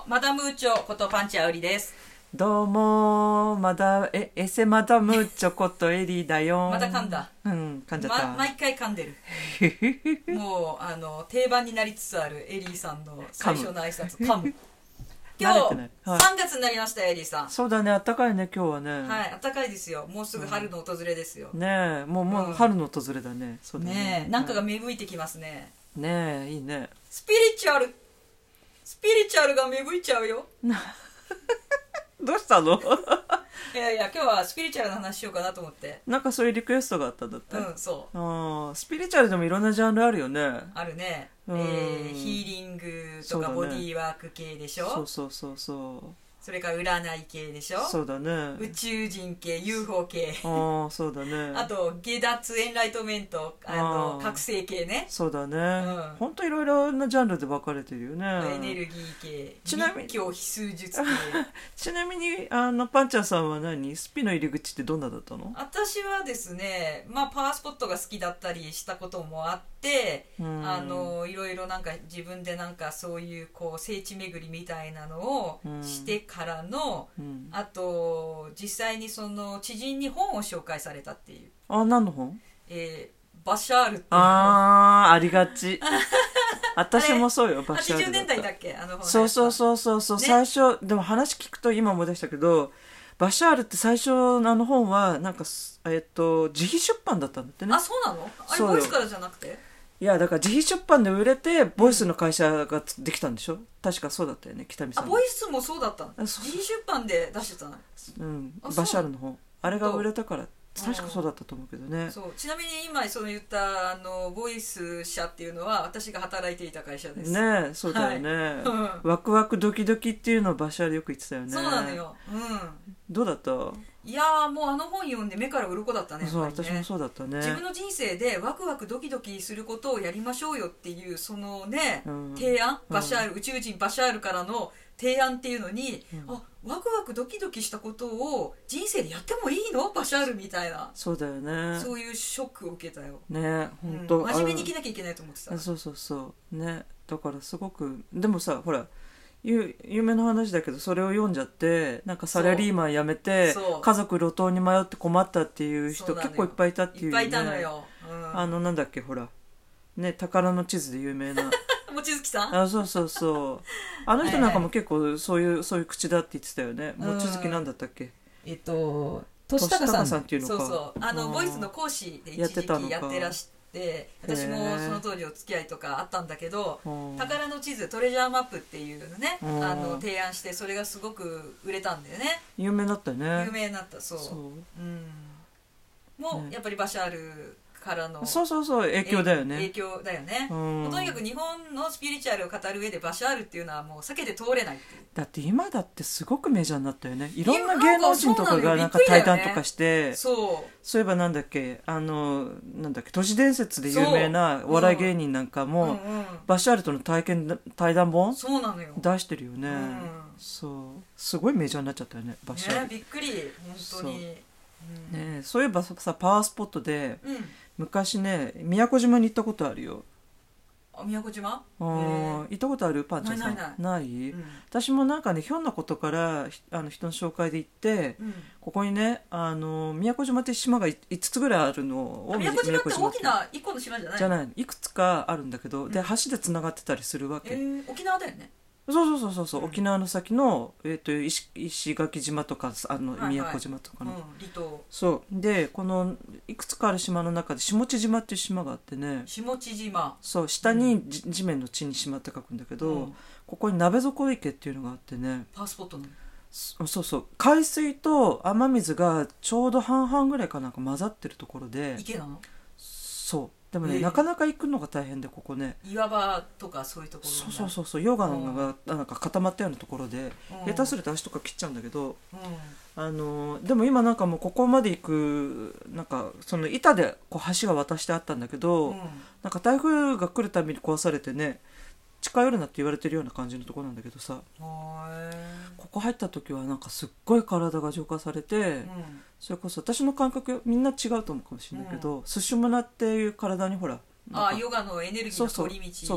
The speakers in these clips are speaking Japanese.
マダムーチョことパンチャウリです。 どうもエセマダムーチョことエリーだよ。 また噛んだ。 噛んじゃった。 毎回噛んでる。もう定番になりつつあるエリーさんの最初の挨拶噛む。今日、3月になりましたエリーさん。 そうだね、暖かいね今日はね。 はい、暖かいですよ。もうすぐ春の訪れですよ。 ねえ、もう春の訪れだね。そうだねえ、なんかが芽吹いてきますね。 ねえ、いいね。 スピリチュアルが芽吹いちゃうよ。 どうしたの？ いや今日はスピリチュアルの話しようかなと思って。 なんかそういうリクエストがあったんだって。 そう。 スピリチュアルでもいろんなジャンルあるよね。 あるね。ヒーリングとかボディーワーク系でしょ。 そうそれから占い系でしょ。 そうだね。 宇宙人系、 UFO 系。 そうだね。 あと下脱エンライトメント、覚醒系ね。 そうだね。ほんといろいろなジャンルで分かれてるよね。 エネルギー系、 ちなみに密教秘数術系。 ちなみにパンチャーさんはスピの入り口ってどんなだったの？ 私はですね、パワースポットが好きだったりしたこともあって、いろいろなんか自分でなんかそういう聖地巡りみたいなのをしてからの、あと実際にその知人に本を紹介されたっていう。 何の本？ バシャールっていう本。 ありがち。私もそうよ。バシャール 80年代だっけ、本。 そう、ね、最初でも話聞くと今思い出したけど、バシャールって最初の本はなんか自費出版だったんだってね。 そうなの？あれボイスからじゃなくて？ いやだから自費出版で売れてボイスの会社ができたんでしょ。確かそうだったよね、北見さん。 ボイスもそうだったの？自費出版で出してたの？ バシャールの本、あれが売れたから確かそうだったと思うけどね。 そう、ちなみに今言ったボイス社っていうのは私が働いていた会社ですね。そうだよね、ワクワクドキドキっていうのをバシャールよく言ってたよね。 そうなのよ。 どうだった？ いやー、もう本読んで目から鱗だったね。 そう、私もそうだったね。 自分の人生でワクワクドキドキすることをやりましょうよっていうそのね、提案、バシャール、宇宙人バシャールからの提案っていうのに、ワクワクドキドキしたことを人生でやってもいいのバシャールみたいな。 そうだよね。 そういうショックを受けたよね。本当、 真面目に生きなきゃいけないと思ってた。 そうね。だからすごく、でもさ、ほら有名な話だけど、それを読んじゃってなんかサラリーマン辞めて家族路頭に迷って困ったっていう人結構いっぱいいたっていう、ね、 いっぱいいたのよ。 なんだっけ、ほらね、宝の地図で有名な望月さん。 そうあの人なんかも結構そういう口だって言ってたよね。望月なんだったっけ、 俊孝さんっていうのか。そうボイスの講師で一時期やってらして、私もその当時お付き合いとかあったんだけど、宝の地図、トレジャーマップっていうのね、提案して、それがすごく売れたんだよね。 有名になったよね。 有名になった。もうやっぱりバシャールからの影響だよね。 影響だよね。とにかく日本のスピリチュアルを語る上でバシャールっていうのはもう避けて通れないっていう。 だって今だってすごくメジャーになったよね。いろんな芸能人とかがなんか対談とかして、そういえばなんだっけ都市伝説で有名なお笑い芸人なんかもバシャールとの対談本そうなのよ出してるよね。そうすごいメジャーになっちゃったよね、バシャール。 びっくり、本当に。 そういえばさ、パワースポットで昔ね、宮古島に行ったことあるよ。 宮古島？ 行ったことある？パンチャさんない？私もなんかね、ひょんなことから人の紹介で行って、ここにね、宮古島って島が5つぐらいあるのを。 宮古島って大きな1個の島じゃない？ じゃない、いくつかあるんだけど、で橋でつながってたりするわけ。 沖縄だよね。 そう、沖縄の先の、石垣島とか宮古島とかの、 離島。 そうで、このいくつかある島の中で下地島っていう島があってね。 下地島。 そう、下に地面の地に島って書くんだけど、ここに鍋底池っていうのがあってね。 パワースポットね。 そう海水と雨水がちょうど半々ぐらいかなんか混ざってるところで。 池なの？ そうでもね、なかなか行くのが大変で、ここね、 岩場とかそういうところ。 そう溶岩がなんか固まったようなところで、下手すると足とか切っちゃうんだけど、でも今なんかもうここまで行くなんかその板で橋が渡してあったんだけど、なんか台風が来るたびに壊されてね、近寄るなって言われてるような感じのところなんだけどさ、ここ入った時はなんかすっごい体が浄化されて、それこそ私の感覚みんな違うと思うかもしれないけど、スシュムナっていう体にほら、 ヨガのエネルギーの通り道。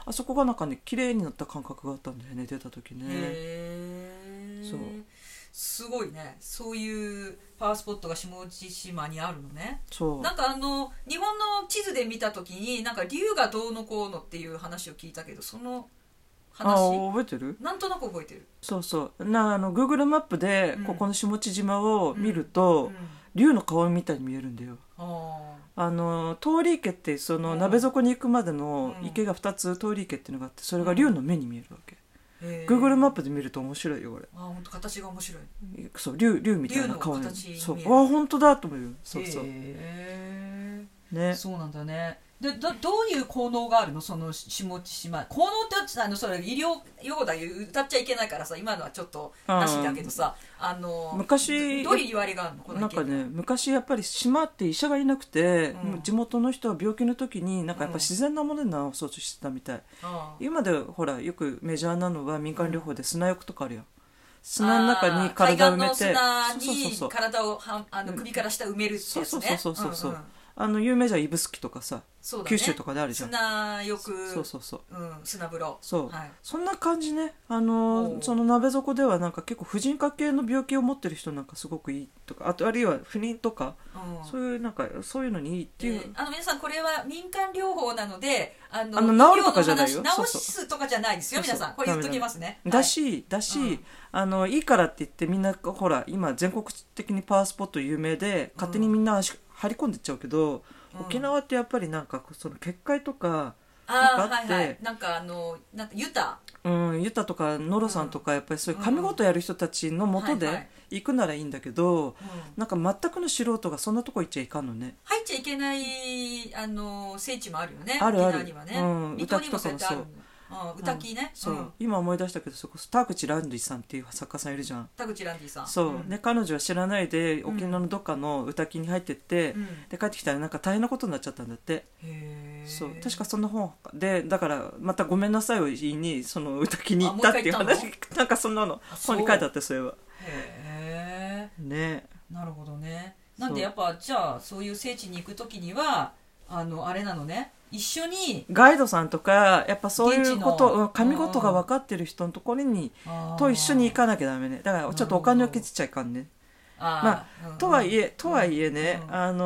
あそこがなんかね綺麗になった感覚があったんだよね、出た時ね。そうすごいね、そういうパワースポットが下地島にあるのね。 そうなんか日本の地図で見た時になんか竜がどうのこうのっていう話を聞いたけど、その話覚えてる？ なんとなく覚えてる。 そうそうGoogle マップでここの下地島を見ると、 うん竜の顔みたいに見えるんだよ。通り池ってその鍋底に行くまでの池が2つ通り池っていうのがあって、それが竜の目に見えるわけ。Google マップで見ると面白いよこれ。 本当形が面白い。 そう竜みたいな顔に。そう本当だと思うよ。そうそうね。 そうなんだね。でどういう効能があるの、その下地島。効能ってそれ医療用語だよ、歌っちゃいけないからさ、今のはちょっとなしだけどさ、 昔どういう言われがあるの、このなんかね、昔やっぱり島って医者がいなくて、地元の人は病気の時になんかやっぱ自然なもので治そうとしてたみたい。今でほらよくメジャーなのは民間療法で砂浴とかあるよ。砂の中に体を埋めて、 海岸の砂に体を首から下埋めるってやつね。 そう有名じゃん、指宿とかさ、九州とかであるじゃん。 砂浴、 そう砂風呂。 そう、そんな感じね。その鍋底ではなんか結構婦人科系の病気を持ってる人なんかすごくいいとか、あるいは不妊とか、そういうなんかそういうのにいいっていう。 皆さんこれは民間療法なので、 治るとかじゃないよ。 治すとかじゃないですよ、皆さん。これ言っときますね。 だし、いいからって言ってみんなほら今全国的にパワースポット有名で勝手にみんな張り込んでっちゃうけど、沖縄ってやっぱりなんかその結界とかなんかあって、 なんかユタユタとかノロさんとかやっぱりそういう神事やる人たちのもとで行くならいいんだけど、なんか全くの素人がそんなとこ行っちゃいかんのね。 入っちゃいけない聖地もあるよね。 あるある。 沖縄にはね。 宇多木とかもそう。 宇多木ね。 そう、今思い出したけど、そこ田口ランディさんっていう作家さんいるじゃん。 田口ランディさん。 そうね、彼女は知らないで沖縄のどっかの宇多木に入ってって、で帰ってきたらなんか大変なことになっちゃったんだって。そう確かその本で、だからまたごめんなさいを言いにその宇多木に行ったっていう話、なんかそんなの本に書いてあって、それは。へえ。ね。なるほどね。 なんでやっぱじゃあそういう聖地に行くときにはあれなのね。一緒にガイドさんとかやっぱそういうこと神事が分かってる人のところにと一緒に行かなきゃダメね。だからちょっとお金をけちっちゃいかんね。とはいえね、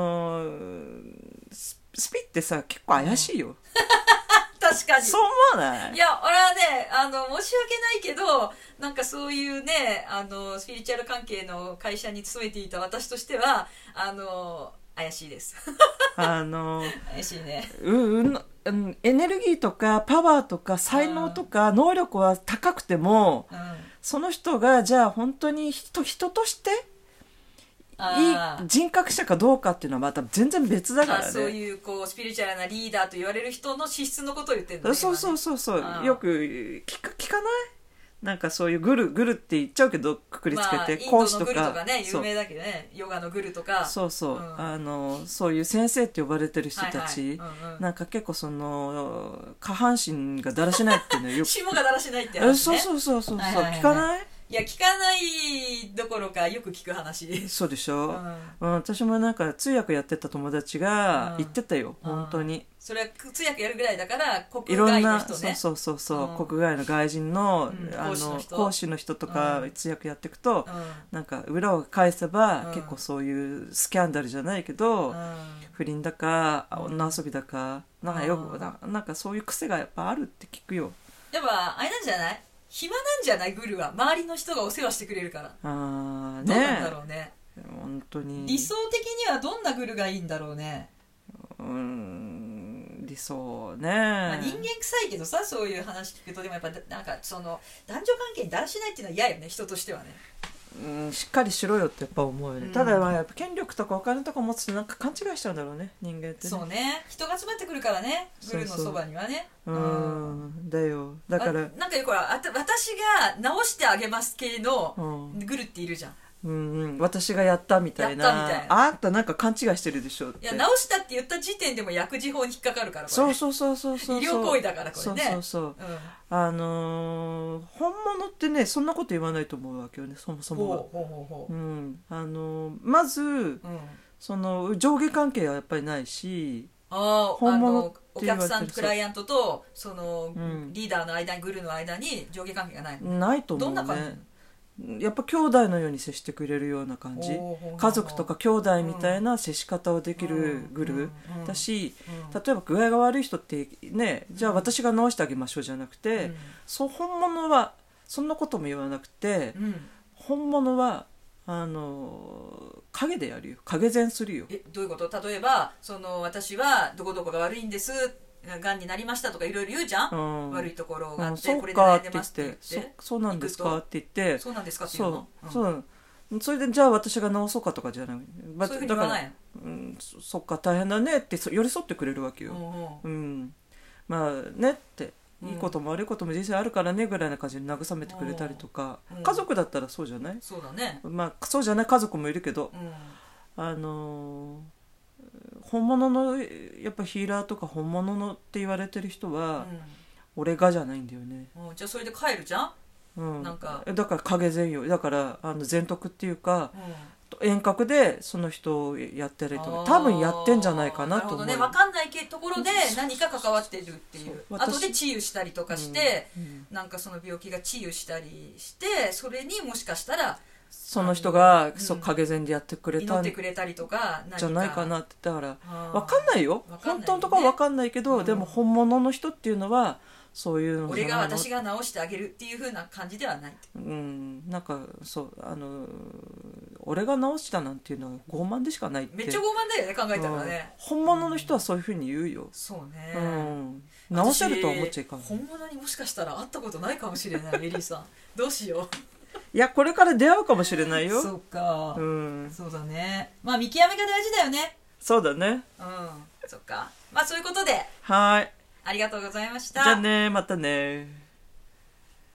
スピってさ結構怪しいよ。 確かにそう思わない？ いや俺はね申し訳ないけど、なんかそういうねスピリチュアル関係の会社に勤めていた私としては怪しいです怪しいね。 エネルギーとかパワーとか才能とか能力は高くても、その人がじゃあ本当に人としていい人格者かどうかっていうのはまた全然別だからね。 そういうスピリチュアルなリーダーと言われる人の資質のことを言ってるのね。 そうよく聞かない？なんかそういうグルって言っちゃうけどくくりつけて、 講師とかインドのグルとかね有名だけどね、ヨガのグルとかそういう先生って呼ばれてる人たち、なんか結構その下半身がだらしないっていうのよく霜がだらしないって話ね。 そう聞かない？ いや聞かないどころかよく聞く話。 そうでしょ、私もなんか通訳やってた友達が言ってたよ、本当に。 それは通訳やるぐらいだから国外の人ね、 そう国外の外人の、講師の人とか通訳やっていくと、なんか裏を返せば、結構そういうスキャンダルじゃないけど、不倫だか女遊びだかなんかそういう癖がやっぱあるって聞くよ。 やっぱあれなんじゃない？暇なんじゃない？グルは周りの人がお世話してくれるから。どうなんだろうね。 本当に理想的にはどんなグルがいいんだろうね。 理想ね、 人間臭いけどさ、そういう話聞くと。でもやっぱなんかその男女関係にだらしないっていうのは嫌よね、人としてはね。 しっかりしろよってやっぱ思うよね、ただやっぱ権力とかお金とか持つとなんか勘違いしちゃうんだろうね、人間って、ね、 そうね、人が集まってくるからね、グルのそばにはね。 だよ、だからなんかよく私が直してあげます系のグルっているじゃん。 私がやったみたいな、あんたなんか勘違いしてるでしょって。 いや、直したって言った時点でも薬事法に引っかかるから、これ。そう医療行為だから、これね。 本物ってねそんなこと言わないと思うわけよね、そもそもは。まず、その上下関係はやっぱりないし、 本物ってお言われてる客さんクライアントとその、 んリーダーの間にグルーの間に上下関係がないの、 ないと思うね。 どんな感やっぱ兄弟のように接してくれるような感じ、家族とか兄弟みたいな接し方をできるグルーだし、例えば具合が悪い人ってね、じゃあ私が治してあげましょうじゃなくて、そう本物はそんなことも言わなくて、本物は影でやるよ、影善するよ。 どういうこと？例えばその私はどこどこが悪いんです、がんになりましたとかいろいろ言うじゃん、悪いところがあって、これで悩んでますって言って、 そうなんですかって言って、 そうなんですかって言うの？ それでじゃあ私が治そうかとかじゃない、 そういうふうに言わないの？そっか大変だねって寄り添ってくれるわけよ。まあねって、いいことも悪いことも人生あるからねぐらいな感じで慰めてくれたりとか、家族だったらそうじゃない？ そうだね。 まあそうじゃない家族もいるけど、本物のやっぱヒーラーとか本物のって言われてる人は、俺がじゃないんだよね。 じゃあそれで帰るじゃん、なんかだから影善よ、だから善徳っていうか、遠隔でその人をやってるとか多分やってんじゃないかなと思う。 なるほどね、分かんないところで何か関わってるっていう、後で治癒したりとかして、なんかその病気が治癒したりして、それにもしかしたらその人が影善でやってくれた祈ってくれたりとかじゃないかなって。だから分かんないよ、本当のところは分かんないけど、でも本物の人っていうのはそういうの俺が私が治してあげるっていう風な感じではない。 なんかそう俺が治したなんていうのは傲慢でしかないって。 めっちゃ傲慢だよね、考えたらね。 本物の人はそういう風に言うよ。 そうね、 治せるとは思っちゃいかん。 本物にもしかしたら会ったことないかもしれない。エリーさんどうしよう。 いやこれから出会うかもしれないよ。 そうか、そうだね。まあ見極めが大事だよね。 そうだね。 そっか。まあそういうことで、 はい、 ありがとうございました。 じゃあね、またね。